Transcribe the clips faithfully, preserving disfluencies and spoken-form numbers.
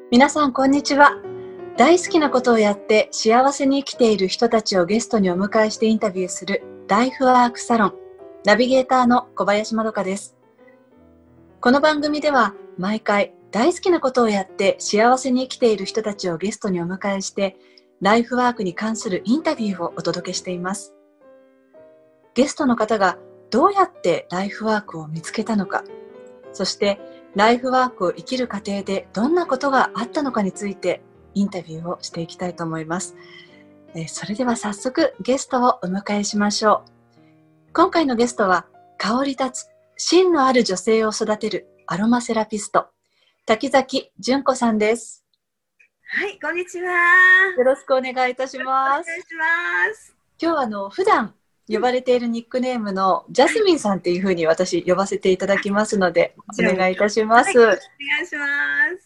皆さんこんにちは。大好きなことをやって幸せに生きている人たちをゲストにお迎えしてインタビューするライフワークサロンナビゲーターの小林まどかです。この番組では毎回大好きなことをやって幸せに生きている人たちをゲストにお迎えしてライフワークに関するインタビューをお届けしています。ゲストの方がどうやってライフワークを見つけたのか、そしてライフワークを生きる過程でどんなことがあったのかについてインタビューをしていきたいと思います。えー、それでは早速ゲストをお迎えしましょう。今回のゲストは香り立つ芯のある女性を育てるアロマセラピスト滝崎純子さんです。 はい、こんにちは。 よろしくお願いいたします。 お願いします。 今日はあの普段呼ばれているニックネームのジャスミンさんっていうふうに私呼ばせていただきますのでお願いいたします。 はい、お願いします。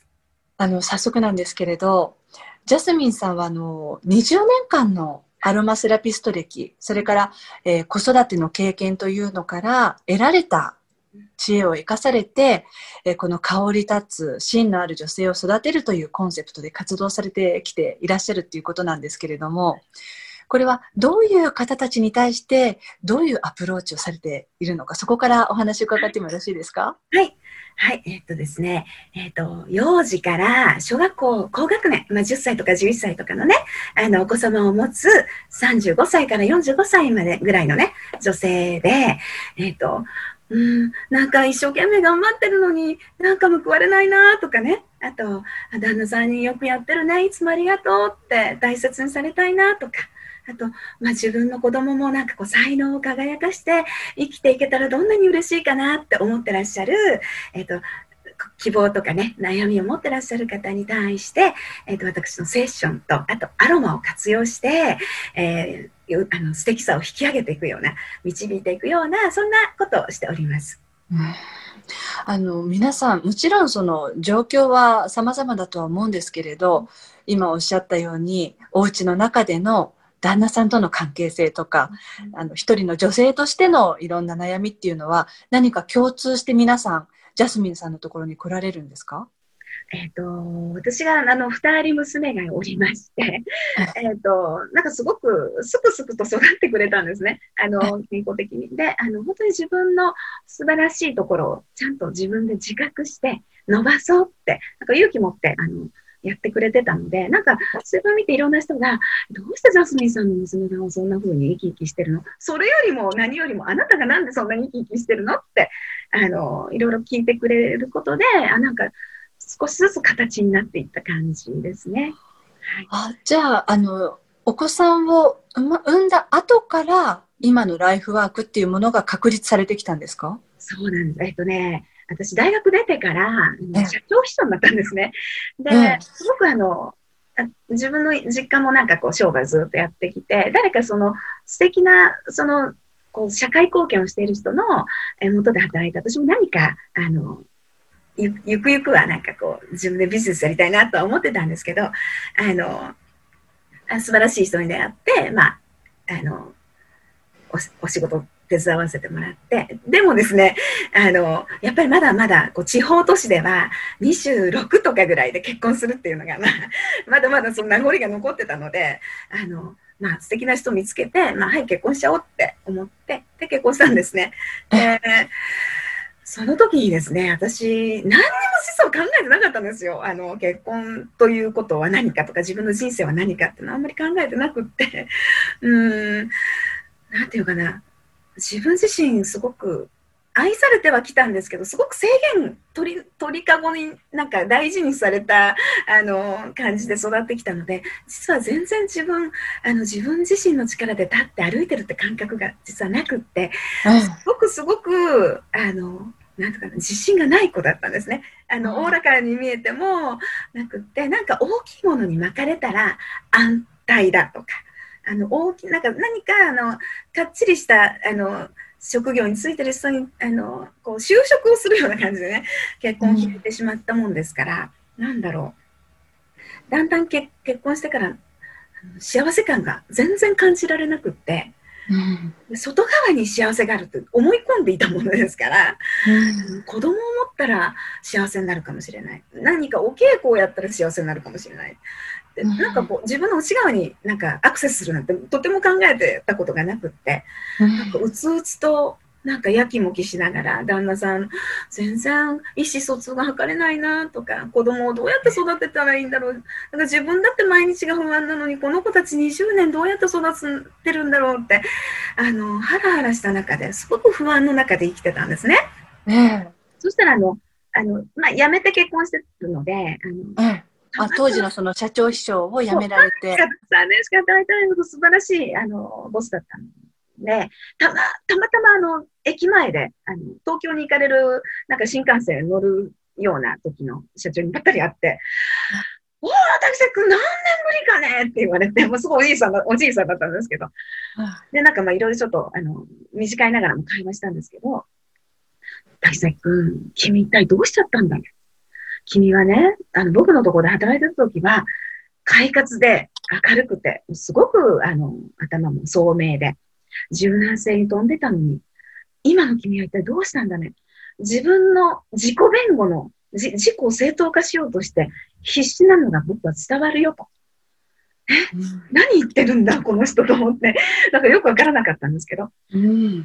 あの早速なんですけれど、ジャスミンさんはあのにじゅうねんかんのアロマセラピスト歴、それから、えー、子育ての経験というのから得られた知恵を生かされて、えー、この香り立つ芯のある女性を育てるというコンセプトで活動されてきていらっしゃるっていうことなんですけれども、これはどういう方たちに対してどういうアプローチをされているのか、そこからお話を伺ってもよろしいですか？ はい。はい。えっとですね、えっと、幼児から小学校高学年、まあ、じゅっさいとかじゅういっさいとかのね、あの、お子様を持つさんじゅうごさいからよんじゅうごさいまでぐらいのね、女性で、えっと、うん、なんか一生懸命頑張ってるのになんか報われないなとかね、あと、旦那さんによくやってるね、いつもありがとうって大切にされたいなとか、あと、まあ、自分の子供もなんかこう才能を輝かして生きていけたらどんなに嬉しいかなって思ってらっしゃる、えっと、希望とかね、悩みを持ってらっしゃる方に対して、えっと、私のセッションと、あとアロマを活用して、えー、あの素敵さを引き上げていくような、導いていくような、そんなことをしております。 うん、あの皆さんもちろんその状況は様々だとは思うんですけれど、今おっしゃったようにお家の中での旦那さんとの関係性とか、あの一人の女性としてのいろんな悩みっていうのは何か共通して皆さんジャスミンさんのところに来られるんですか？ えっと、私があのふたり娘がおりましてえっと、なんかすごくすくすくと育ってくれたんですね。あの、健康的に。で、あの、本当に自分の素晴らしいところをちゃんと自分で自覚して伸ばそうって、なんか勇気持って、あの、やってくれてたので、なんか、それを見ていろんな人が、どうしてジャスミンさんの娘さんはそんな風に生き生きしてるの？それよりも何よりもあなたがなんでそんなに生き生きしてるのって、あの、いろいろ聞いてくれることで、あ、なんか、少しずつ形になっていった感じですね。はい、 あ、じゃあ、あのお子さんを産んだ後から今のライフワークっていうものが確立されてきたんですか？ そうなんです。えっとね、私大学出てから社長秘書になったんですね。で、 ええ、 すごくあの、自分の実家もなんかこう商売ずっとやってきて、誰かその素敵な、その、こう社会貢献をしている人の元で働いて、私も何か、あの、ゆ, ゆくゆくはなんかこう自分でビジネスやりたいなとは思ってたんですけど、あの、素晴らしい人に出会って、まあ、あの、お, お仕事手伝わせてもらって、でもですね、あの、やっぱりまだまだこう地方都市ではにじゅうろくとかぐらいで結婚するっていうのが、まあ、まだまだその名残が残ってたので、あの、まあ、素敵な人を見つけて、まあ、はい、結婚しちゃおうって思って、で、結婚したんですね。で、その時にですね、私、何にも実は考えてなかったんですよ。あの、結婚ということは何かとか、自分の人生は何かってのはあんまり考えてなくって、うーん、なんていうかな、自分自身すごく愛されてはきたんですけど、すごく制限取り鳥かごになんか大事にされたあの感じで育ってきたので、実は全然自分あの自分自身の力で立って歩いてるって感覚が実はなくって、すごくすごくあのなんとかな自信がない子だったんですね。あのおおらかに見えてもなくって、なんか大きいものに巻かれたら安泰だとか。あの大きなんか何かあのかっちりしたあの職業についてる人にあのこう就職をするような感じでね、結婚を決めてしまったもんですから、うん、なんだろう、だんだんけ結婚してから幸せ感が全然感じられなくって、 うん、外側に幸せがあると思い込んでいたものですから、うん、子供を持ったら幸せになるかもしれない。何かお稽古をやったら幸せになるかもしれない。でなんかこう自分の内側になんかアクセスするなんてとても考えてたことがなくって、なんかうつうつとなんかやきもきしながら、旦那さん全然意思疎通が図れないなとか、子供をどうやって育てたらいいんだろう、なんか自分だって毎日が不安なのにこの子たちにじゅうねんどうやって育てるんだろうって、あのハラハラした中ですごく不安の中で生きてたんですね。 ねえ、 そしたらあのあの、まあ、辞めて結婚してるので、あの、 ええ、あ、当時のその社長秘書を辞められて、 さんねんしか働いてないほど素晴らしいあのボスだったんで、たまたまたまあの駅前であの東京に行かれるなんか新幹線乗るような時の社長にばったり会って、おー、滝瀬君何年ぶりかねって言われて、もうすごいおじいさんだ、おじいさんだったんですけど、で、なんかまあいろいろちょっとあの短いながらも会話したんですけど、滝瀬君、君一体どうしちゃったんだろう。君はね、あの僕のところで働いてた時は、快活で明るくて、すごくあの頭も聡明で、柔軟性に富んでたのに、今の君は一体どうしたんだね。自分の自己弁護の、自己を正当化しようとして必死なのが僕は伝わるよと。え、うん、何言ってるんだ、この人と思って。なんかよくわからなかったんですけど。うん、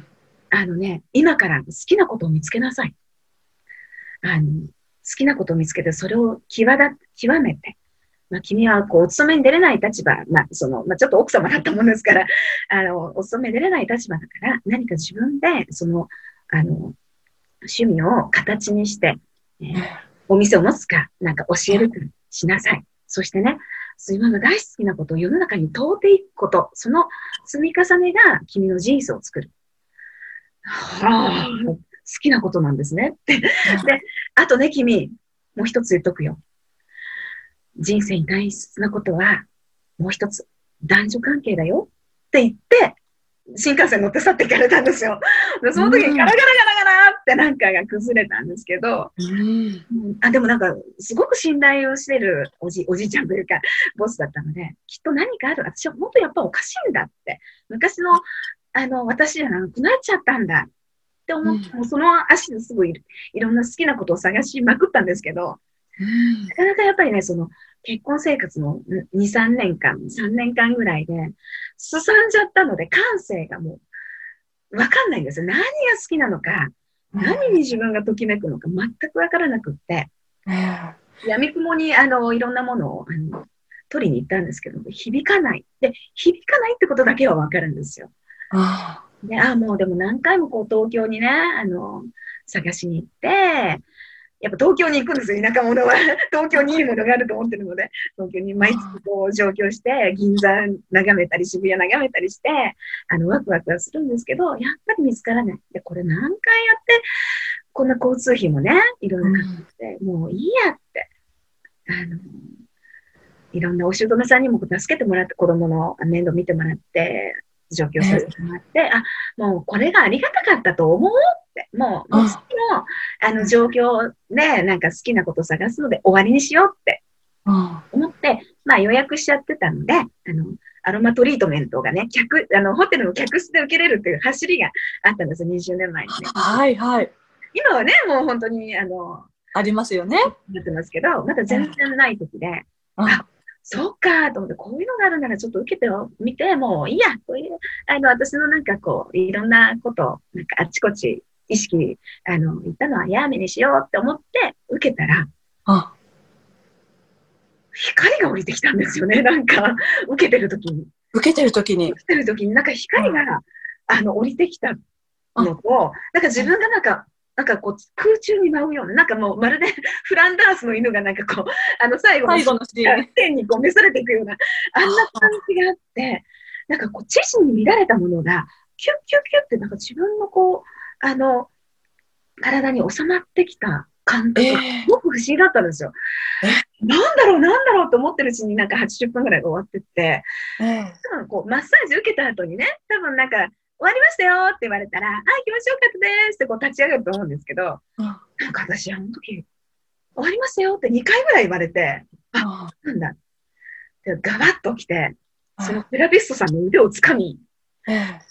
あのね、今から好きなことを見つけなさい。あの、好きなことを見つけて、それを極だ、極めて、まあ、君はこうお勤めに出れない立場、まあそのまあ、ちょっと奥様だったものですから、あのお勤めに出れない立場だから、何か自分でそのあの趣味を形にして、えー、お店を持つか、なんか教えるかしなさい。そしてね、自分が大好きなことを世の中に問うていくこと、その積み重ねが君の人生を作る。はあ、好きなことなんですね。で、あとね、君、もう一つ言っとくよ。人生に大切なことは、もう一つ、男女関係だよって言って、新幹線乗って去っていかれたんですよ。でその時にガラガラガラガラってなんかが崩れたんですけど、うん、あでもなんか、すごく信頼をしてるおじ、おじいちゃんというか、ボスだったので、きっと何かある。私は本当やっぱおかしいんだって。昔の、あの、私じゃなくなっちゃったんだって思って、うん、もうその足ですごいいろんな好きなことを探しまくったんですけど、うん、なかなかやっぱりね、その結婚生活のに、さんねんかん、さんねんかんぐらいで、すさんじゃったので、感性がもう、わかんないんですよ。何が好きなのか、うん、何に自分がときめくのか、全くわからなくって、うん、闇雲に、あの、いろんなものを、あの、取りに行ったんですけど、響かない。で、響かないってことだけはわかるんですよ。あで、あ、もうでも何回もこう、東京にね、あの、探しに行って、やっぱ東京に行くんですよ、田舎者は。東京にいいものがあると思ってるので、東京に毎月こう上京して、銀座眺めたり、渋谷眺めたりして、あの、ワクワクはするんですけど、やっぱり見つからない。で、これ何回やって、こんな交通費もね、いろいろかかって、うん、もういいやって、あの、いろんなお姑さんにも助けてもらって、子供の面倒見てもらって、上京させてもらって、あ、もうこれがありがたかったと思うって、もう、もう次の、あの、状況で、なんか好きなことを探すので終わりにしようって思って、まあ予約しちゃってたので、あの、アロマトリートメントがね、客、あの、ホテルの客室で受けれるっていう走りがあったんですよ、にじゅうねんまえにね。 はいはい。 今はね、もう本当に、あの、 ありますよね。 なってますけど、まだ全然ない時で、あ、そうかと思って、こういうのがあるならちょっと受けてみて、もういいや、こういう、あの、私のなんかこう、いろんなことを、なんかあっちこっち意識、あの、言ったのはやめにしようって思って受けたら、あ、光が降りてきたんですよね、なんか、受けてる時に。 受けてる時に。 受けてる時に、なんか光が、あの、降りてきたのと、なんか自分がなんか、なんかこう空中に舞うような、なんかもうまるでフランダースの犬がなんかこう、あの最後の天にこう召されていくような、あんな感じがあって、なんかこう、知識に乱れたものが、キュッキュッキュッってなんか自分のこう、あの、体に収まってきた感覚がすごく不思議だったんですよ。えー、なんだろうなんだろうと思ってるうちになんかはちじゅっぷんぐらいが終わってって、えー、多分こう、マッサージ受けた後にね、多分なんか、終わりましたよって言われたら、あ、気持ちよかったですってこう立ち上がると思うんですけど、うん、なんか私、あの時、終わりましたよってにかいぐらい言われて、あ、うん、なんだ。で、ガバッと来て、そのセラピストさんの腕をつかみ、うん、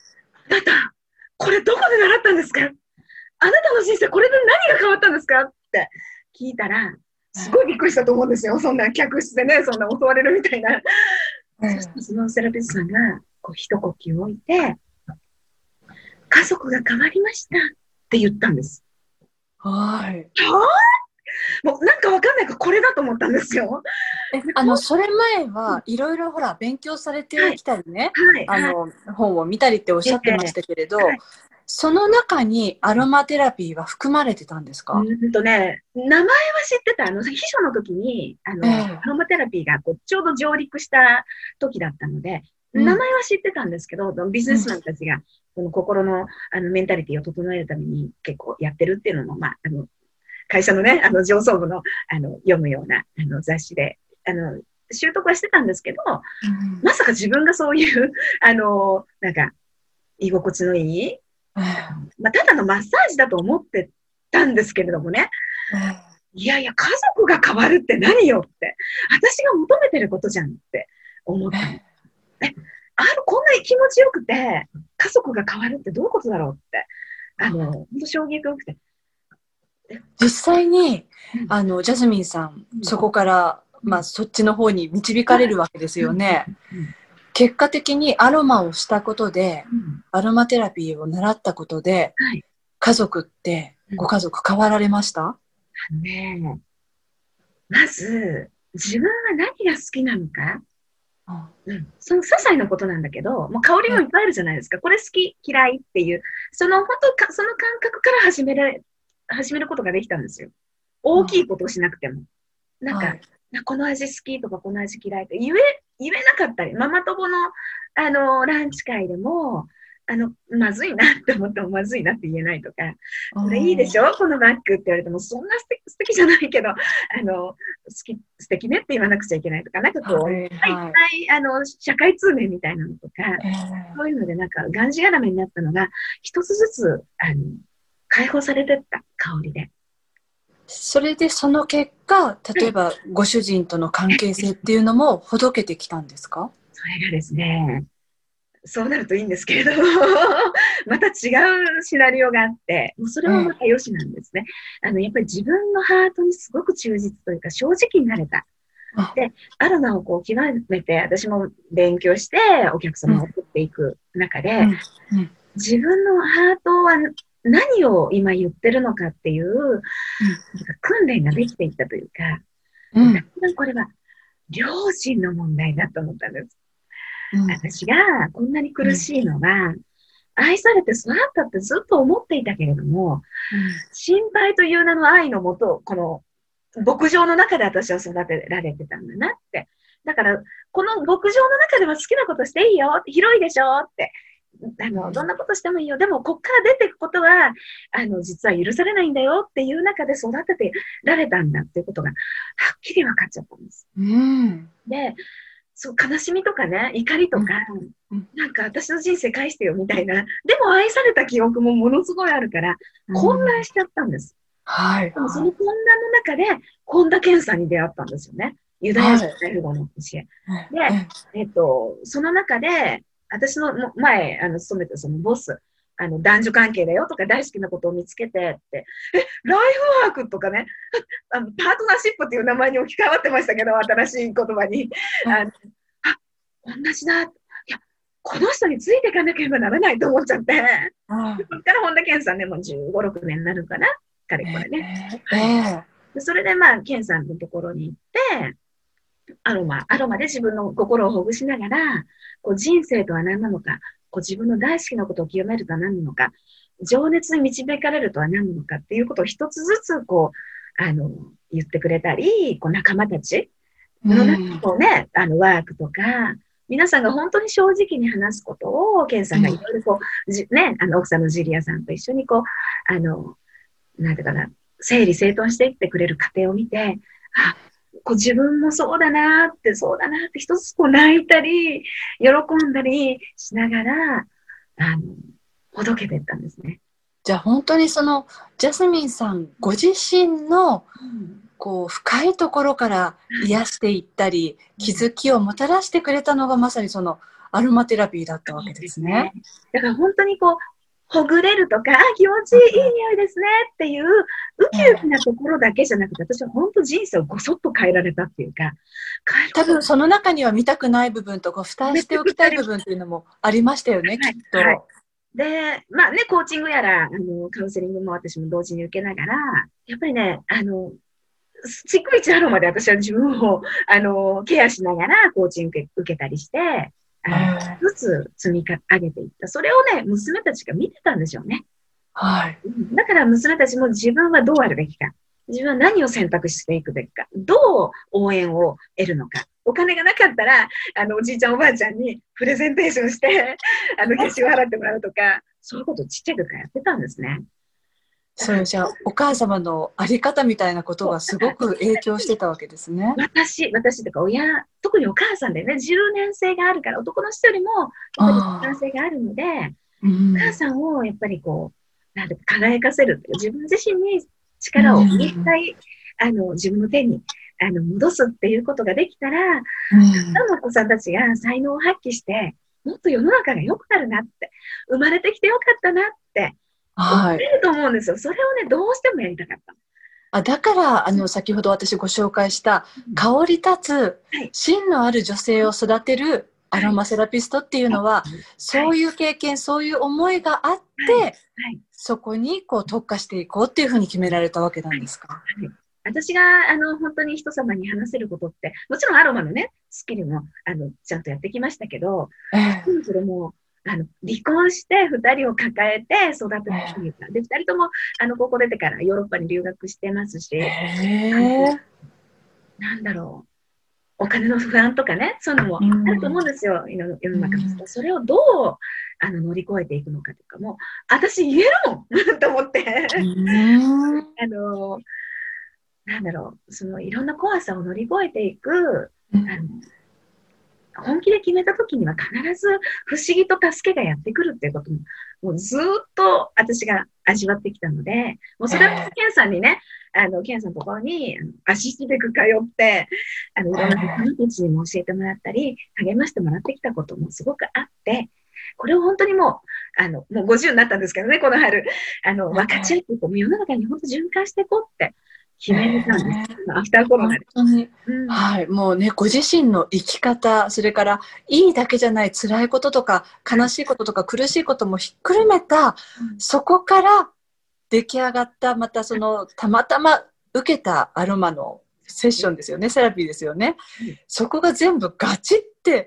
あなた、これどこで習ったんですか？あなたの人生これで何が変わったんですかって聞いたら、すごいびっくりしたと思うんですよ。そんな客室でね、そんな襲われるみたいな。そしてそのセラピストさんが、こう一呼吸置いて、家族が変わりましたって言ったんです。 はい。 はぁもうなんかわかんないからこれだと思ったんですよ。 え、あの、それ前はいろいろほら、勉強されてきたりね、 はい、 あはい。 の、本を見たりっておっしゃってましたけれど、 はい。 その中にアロマテラピーは含まれてたんですか？ うんとね、名前は知ってた。あの、秘書の時に、あの、アええ。 ロマテラピーがこうちょうど上陸した時だったので、 うん。 名前は知ってたんですけど、ビジネスマンたちが、この心の、あの、メンタリティを整えるために結構やってるっていうのも、まあ、あの、会社のね、あの、上層部の、あの、読むような、あの、雑誌で、あの、習得はしてたんですけど、 うん。 まさか自分がそういう、あの、なんか、居心地のいい、 ええ。 まあ、ただのマッサージだと思ってたんですけれどもね、 ええ。 いやいや、家族が変わるって何よって、私が求めてることじゃんって思ったの。 ええ、ある、こんなに気持ちよくて、家族が変わるってどういうことだろうって、あの、本当衝撃が多くて。 実際に、 うん、 あの、ジャスミンさん、 うん、 そこから、 うん、 まあ、そっちの方に導かれるわけですうん、 よね。 うん、 結果的にアロマをしたことで、 うん、 アロマテラピーを習ったことで、 はい。 家族って、 うん、 ご家族変わられました？ あのね、まず、自分は何が好きなのか、 うん。 うん、その些細なことなんだけど、もう香りもいっぱいあるじゃないですか。これ好き、嫌いっていう、その本当か、その感覚から始められ、始めることができたんですよ。大きいことをしなくても。なんか、 はい。 この味好きとかこの味嫌いって言え、言えなかったり、ママ友の、あの、ランチ会でも、あの、まずいなって思ってもまずいなって言えないとか、 うこれいいでん。 しょこのバッグって言われても、そんな素敵、素敵じゃないけど、あの、好き、素敵ねって言わなくちゃいけないとか、なんかこう、いっはい、 ぱいいっはい。 ぱい、あの、社会通念みたいなのとか、 えーそういうのでなんか、がんじがらめになったのが、一つずつ、あの、解放されてった香りで。 それでその結果、 はい。 例えばご主人との関係性っていうのもほどけてきたんですか？ それがですね、そうなるといいんですけれどもまた違うシナリオがあって、もうそれもまたええ。 良しなんですね。あの、やっぱり自分のハートにすごく忠実というか、正直になれた。 あ、 で、アロマをこう極めて、私も勉強してお客うん、 様を送っていく中で、 うん、うん、 自分のハートは何を今言ってるのかっていう、なんか訓練ができていったというか、 うん、 だんだんこれは両親の問題だと思ったんです。 うん、 私がこんなにうん、 苦しいのは、愛されて育ったってずっと思っていたけれども、 うん、 心配という名の愛のもと、この牧場の中で私は育てられてたんだなって。だから、この牧場の中では好きなことしていいよ、広いでしょって。あの、どんなことしてもいいよ。でも、こっから出ていくことは、あの、実は許されないんだよっていう中で育ててられたんだっていうことが、はっきり分かっちゃったんです。 うん、 で、そう、悲しみとかね、怒りとか、 うん、 なんか私の人生返してよみたいな、でも愛された記憶もものすごいあるから、混うん。 乱しちゃったんです。 はい、 でもそはい、 の混乱の中で、本田健さんに出会ったんですよね。ユダヤ人はい。 大富豪の教え。で、 ええ、 えっと、その中で、私の前、あの、勤めたそのボス、あの、男女関係だよとか大好きなことを見つけてって、え、ライフワークとかね、あの、パートナーシップっていう名前に置き換わってましたけど、新しい言葉に。あの、あ、同じだ。いや、この人についていかなければならないと思っちゃって。 あ、 そっから本田健さんね、もうじゅうご、ろくねんになるかな。かれこれえね。 え、えはい。 え、 でそれでまあ、健さんのところに行って、アロマ、アロマで自分の心をほぐしながら、こう人生とは何なのか、こう自分の大好きなことを清めるとは何なのか、情熱に導かれるとは何なのかっていうことを一つずつこう、あの、言ってくれたり、こう仲間たちうの中ん、 のね、あのワークとか、皆さんが本当に正直に話すことを、ケンさんがいうん、 ろいろこう、じね、あの奥さんのジュリアさんと一緒にこう、あの、なんていうかな、整理整頓していってくれる過程を見て、あ、こう自分もそうだなって、そうだなって一つこう泣いたり、喜んだりしながら、あの、ほどけていったんですね。 じゃあ本当にそのジャスミンさんご自身のうん、 こう深いところからはい。 癒していったりうん、 気づきをもたらしてくれたのがまさにそのアロマテラピーだったわけですね。 だから本当にこう、ほぐれるとか、あ、気持ちいい、いい匂いですねっていう、ウキウキなところだけじゃなくて、私は本当人生をごそっと変えられたっていうか、 変える多分その中には見たくない部分とか、蓋しておきたい部分っていうのもありましたよね、きっと。はい、 で、まあね、コーチングやら、あの、カウンセリングも私も同時に受けながら、やっぱりね、あの、逐一アロマで私は自分を、あの、ケアしながらコーチング受けたりして、あの、ずつ積み上げていった。それをね、娘たちが見てたんでしょうね。 はい。 だから娘たちも自分はどうあるべきか。自分は何を選択していくべきか。どう応援を得るのか。お金がなかったら、あの、おじいちゃんおばあちゃんにプレゼンテーションして、あの、消しを払ってもらうとか、そういうことをちっちゃい時からやってたんですね。 そう、じゃあ、お母様のあり方みたいなことがすごく影響してたわけですね。 私、私とか親、特にお母さんでね、柔軟性があるから、男の人よりも、やっぱり柔軟性があるので、うん、お母さんをやっぱりこう、なんて輝かせるっていう、自分自身に力を一回、うん、あの、自分の手に、あの、戻すっていうことができたら、うん、たくさんのお子さんたちが才能を発揮して、もっと世の中が良くなるなって、生まれてきてよかったなって、思えると思うんですよ。それをね、どうしてもやりたかった。 あ、だから、あの、先ほど私ご紹介した、香り立つ、芯のある女性を育てるアロマセラピストっていうのは、そういう経験、そういう思いがあって、そこにこう特化していこうっていうふうに決められたわけなんですか。 私が、あの、本当に人様に話せることって、もちろんアロマのね、スキルも、あの、ちゃんとやってきましたけど、えー、それも、あの、離婚して二人を抱えて育てたというか、で、二人とも、あの、高校出てからヨーロッパに留学してますし、なんだろう、お金の不安とかね、そういうのもあると思うんですよ、世の中の。それをどう、あの、乗り越えていくのかとかも、私言えるもんと思って、あの、なんだろう、その、いろんな怖さを乗り越えていく、あの、本気で決めた時には必ず不思議と助けがやってくるっていうことも、もうずっと私が味わってきたので、もうそれはケンさんにね、あの、ケンさんのところに足しげく通って、あの、いろんな人たちにも教えてもらったり、励ましてもらってきたこともすごくあって、これを本当にもう、あの、もうごじゅうになったんですけどね、この春、あの、分かち合って、こう世の中に本当循環していこうって決めたんです。アフターコロナで。 本当に、うん、はい。もうね、ご自身の生き方、それからいいだけじゃない辛いこととか、悲しいこととか苦しいこともひっくるめた、うん、そこから出来上がった、またその、たまたま受けたアロマのセッションですよね、セラピーですよね。うん、そこが全部ガチって、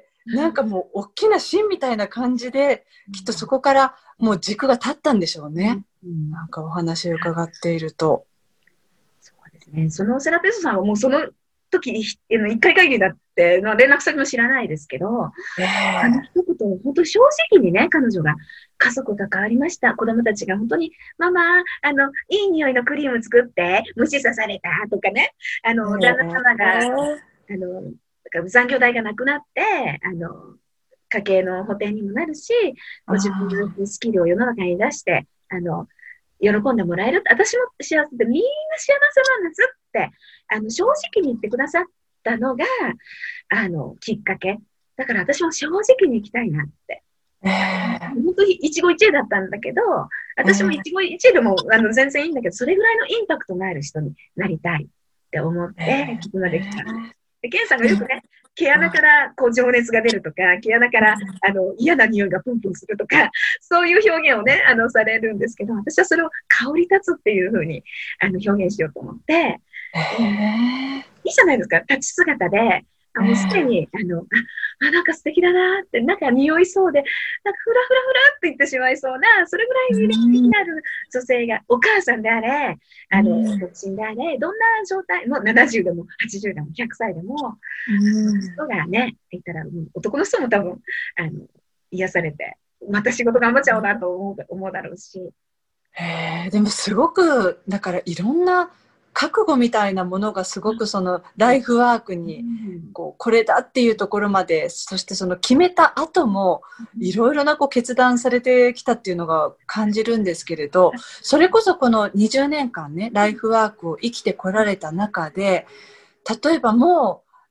なんかもう大きな芯みたいな感じで、きっとそこからもう軸が立ったんでしょうね。うん、なんかお話を伺っていると。 ね、そのセラピストさんはもうその時に一回限りだって、連絡先も知らないですけど、えー、あの一言、本当に正直にね、彼女が家族が変わりました。子供たちが本当に、ママ、あの、いい匂いのクリーム作って、虫刺されたとかね、あの、旦那様が、えー、あの、残業代がなくなって、あの、家計の補填にもなるし、ご自分のスキルを世の中に出して、あの、喜んでもらえるって、私も幸せでみんな幸せなんですって、あの、正直に言ってくださったのが、あの、きっかけ。だから私も正直に行きたいなって。えー、本当に一期一会だったんだけど、私も一期一会でも、あの全然いいんだけど、それぐらいのインパクトのある人になりたいって思って、ここまで来た。で、ケンさんがよくね、毛穴からこう情熱が出るとか、毛穴からあの嫌な匂いがプンプンするとか、そういう表現をね、あのされるんですけど、私はそれを香り立つっていう風にあの表現しようと思って、うん、いいじゃないですか、立ち姿で、あもうすでに、あの、あ、なんか素敵だなって、なんか匂いそうで、なんかフラフラフラって言ってしまいそうな、それぐらい魅力的になる女性が、お母さんであれ、あの、独身であれ、どんな状態、もうななじゅうでもはちじゅうでもひゃくさいでも、人がね、いたら、男の人も多分、あの、癒されて、また仕事頑張っちゃおうなと思う、思うだろうし。 へえ、でもすごく、だからいろんな、覚悟みたいなものがすごくそのライフワークにこうこれだっていうところまで、そしてその決めた後もいろいろなこう決断されてきたっていうのが感じるんですけれど、それこそこのにじゅうねんかんね、ライフワークを生きてこられた中で、例えばもう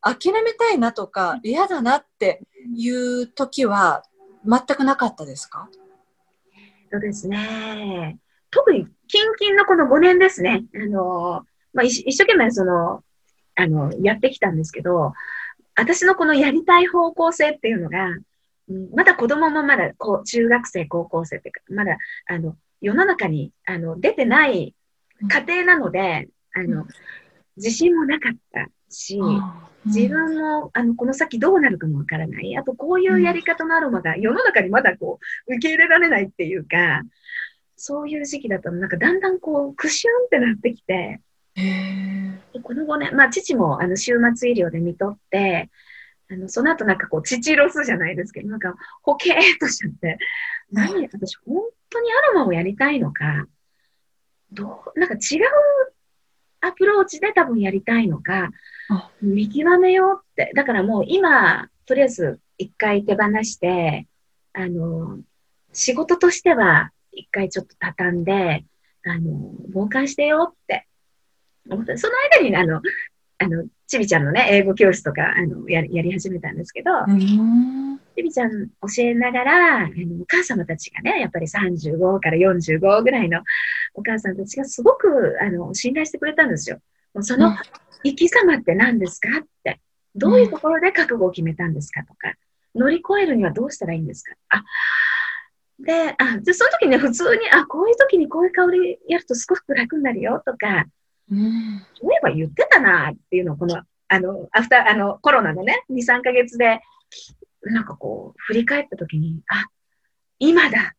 諦めたいなとか嫌だなっていう時は全くなかったですか？ そうですね。特に近々のこのごねんですね。あの、まあ、一一生懸命その、あの、やってきたんですけど、私のこのやりたい方向性っていうのが、うん、まだ子供もまだこう中学生、高校生っていうか、まだあの世の中にあの出てない家庭なので、あの自信もなかったし、自分もあのこの先どうなるかもわからない。あとこういうやり方のアロマが世の中にまだこう受け入れられないっていうか、そういう時期だったの、なんかだんだんこう、クシュンってなってきて、 へでこのごねん、まあ父もあの終末医療で見とって、あの、その後なんかこう、父ロスじゃないですけど、なんか、ほけーっとしちゃって、何、私本当にアロマをやりたいのか、どう、なんか違うアプローチで多分やりたいのか、見極めようって。だからもう今、とりあえず一回手放して、あの、仕事としては一回ちょっと畳んで、あの、傍観してよって思って、その間にね、あの、あの、ちびちゃんのね、英語教室とか、あの、やり、やり始めたんですけど、 うん、 ちびちゃん教えながら、あの、お母様たちがね、やっぱりさんじゅうごからよんじゅうごぐらいのお母さんたちがすごく、あの、信頼してくれたんですよ。もうその生き様って何ですかって、どういうところで覚悟を決めたんですかとか、乗り越えるにはどうしたらいいんですか。あ、で、あ、で、その時ね、普通に、あ、こういう時にこういう香りやるとすごく楽になるよとか、 うん、 そういえば言ってたなっていうのを、この、あの、アフター、あの、コロナのね、に、さんかげつで、なんかこう、振り返った時に、あ、今だって、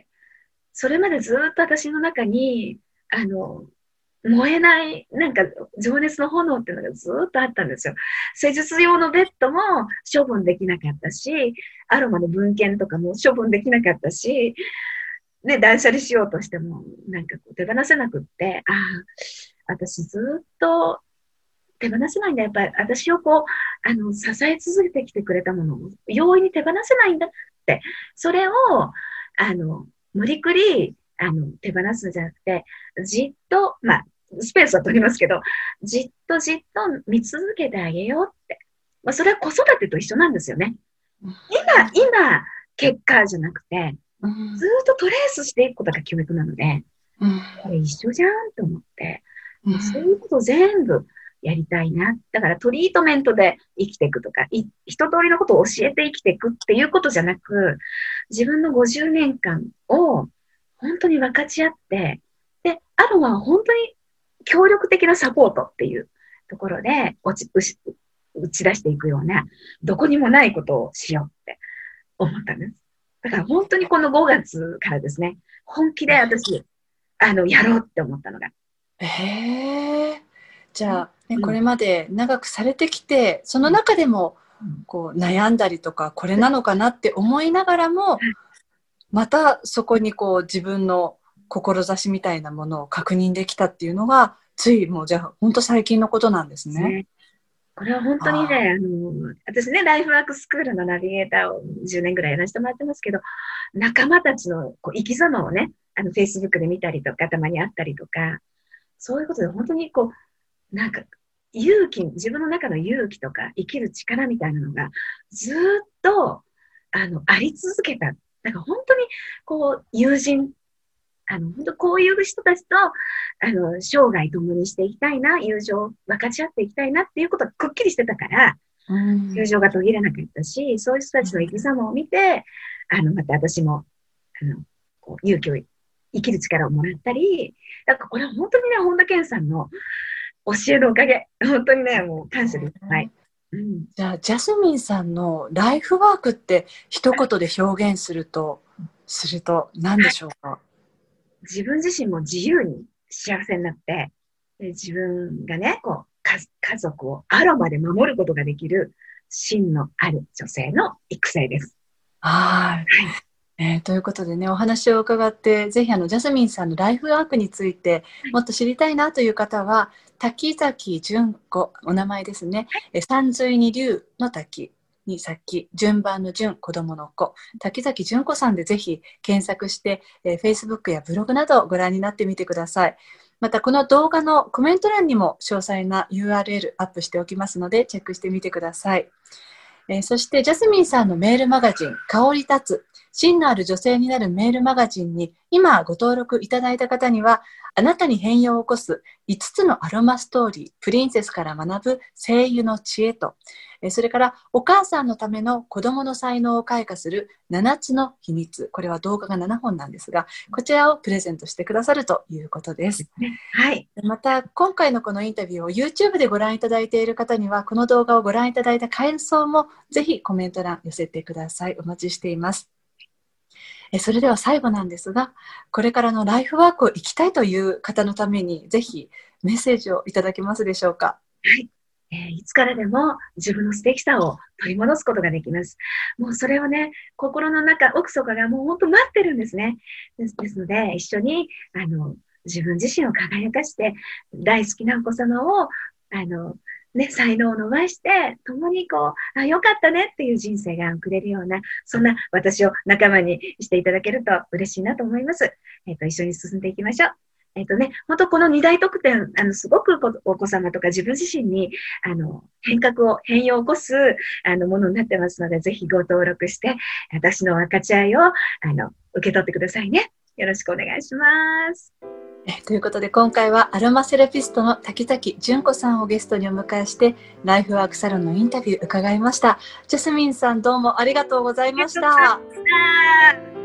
それまでずっと私の中に、あの、燃えない、なんか、情熱の炎っていうのがずっとあったんですよ。施術用のベッドも処分できなかったし、アロマの文献とかも処分できなかったし、ね、断捨離しようとしても、なんかこう手放せなくって、ああ、私ずっと手放せないんだ。やっぱり私をこう、あの、支え続けてきてくれたものを容易に手放せないんだって、それを、あの、無理くり、あの、手放すんじゃなくて、じっと、まあ、スペースは取りますけど、じっとじっと見続けてあげようって。まあ、それは子育てと一緒なんですよね。今、今、結果じゃなくて、ずっとトレースしていくことが教育なので、これ一緒じゃんと思って、そういうことを全部やりたいな。だからトリートメントで生きていくとか、い一通りのことを教えて生きていくっていうことじゃなく、自分のごじゅうねんかんを本当に分かち合って、で、アロマは本当に協力的なサポートっていうところで打ち、打ち打ち出していくような、どこにもないことをしようって思ったんです。だから本当にこのごがつからですね、本気で私、あの、やろうって思ったのが。 へえ。じゃあ、ね、 うん、 これまで長くされてきて、その中でもこう悩んだりとか、これなのかなって思いながらも、またそこにこう自分の志みたいなものを確認できたっていうのが、ついもうじゃあ本当最近のことなんですね。ね、 これは本当にね、あの、私ね、ライフワークスクールのナビゲーターをじゅうねんぐらいやらせてもらってますけど、仲間たちのこう生き様をね、あの、Facebook で見たりとか、たまに会ったりとか、そういうことで本当にこう、なんか、勇気、自分の中の勇気とか生きる力みたいなのがずっと、あの、あり続けた。なんか本当に、こう、友人、あの、本当こういう人たちと、あの、生涯共にしていきたいな、友情分かち合っていきたいなっていうことがくっきりしてたから、うん、友情が途切れなかったし、そういう人たちの生き様を見て、あの、また私も、あの、こう勇気を生きる力をもらったり、だからこれは本当にね、本田健さんの教えのおかげ、本当にね、もう感謝です。はい。 うん、じゃあ、ジャスミンさんのライフワークって一言で表現すると、すると何でしょうか？ 自分自身も自由に幸せになって、で自分がね、こう家、家族をアロマで守ることができる芯のある女性の育成です。 はい。えー、ということでね、お話を伺って、ぜひあのジャスミンさんのライフワークについてもっと知りたいなという方は、滝崎純子、お名前ですね。はい、山水に龍の滝に先、順番の順、子供の子、滝崎純子さんでぜひ検索して、えー、Facebook やブログなどご覧になってみてください。 またこの動画のコメント欄にも詳細な ユーアールエル アップしておきますのでチェックしてみてください。えー、そしてジャスミンさんのメールマガジン香り立つ芯のある女性になるメールマガジンに今ご登録いただいた方には、あなたに変容を起こすいつつのアロマストーリー、プリンセスから学ぶ声優の知恵と、それからお母さんのための子供の才能を開花するななつの秘密、これは動画がななほんなんですが、こちらをプレゼントしてくださるということです。 はい。 また今回のこのインタビューを YouTube でご覧いただいている方には、この動画をご覧いただいた感想もぜひコメント欄寄せてください。お待ちしています。それでは最後なんですが、これからのライフワークを生きたいという方のためにぜひメッセージをいただけますでしょうか。 はい、えー、いつからでも自分の素敵さを取り戻すことができます。もうそれをね、心の中、奥底がもう本当待ってるんですね。です、ですので、一緒にあの自分自身を輝かして、大好きなお子様をあのね、才能を伸ばして、共にこう、あ、よかったねっていう人生が送れるような、そんな私を仲間にしていただけると嬉しいなと思います。えっと、一緒に進んでいきましょう。えっとね、本当この二大特典、あの、すごくお子様とか自分自身に、あの、変革を、変容を起こす、あの、ものになってますので、ぜひご登録して、私の分かち合いを、あの、受け取ってくださいね。よろしくお願いします。 ということで今回はアロマセラピストの滝崎純子さんをゲストにお迎えしてライフワークサロンのインタビュー伺いました。ジャスミンさんどうもありがとうございました。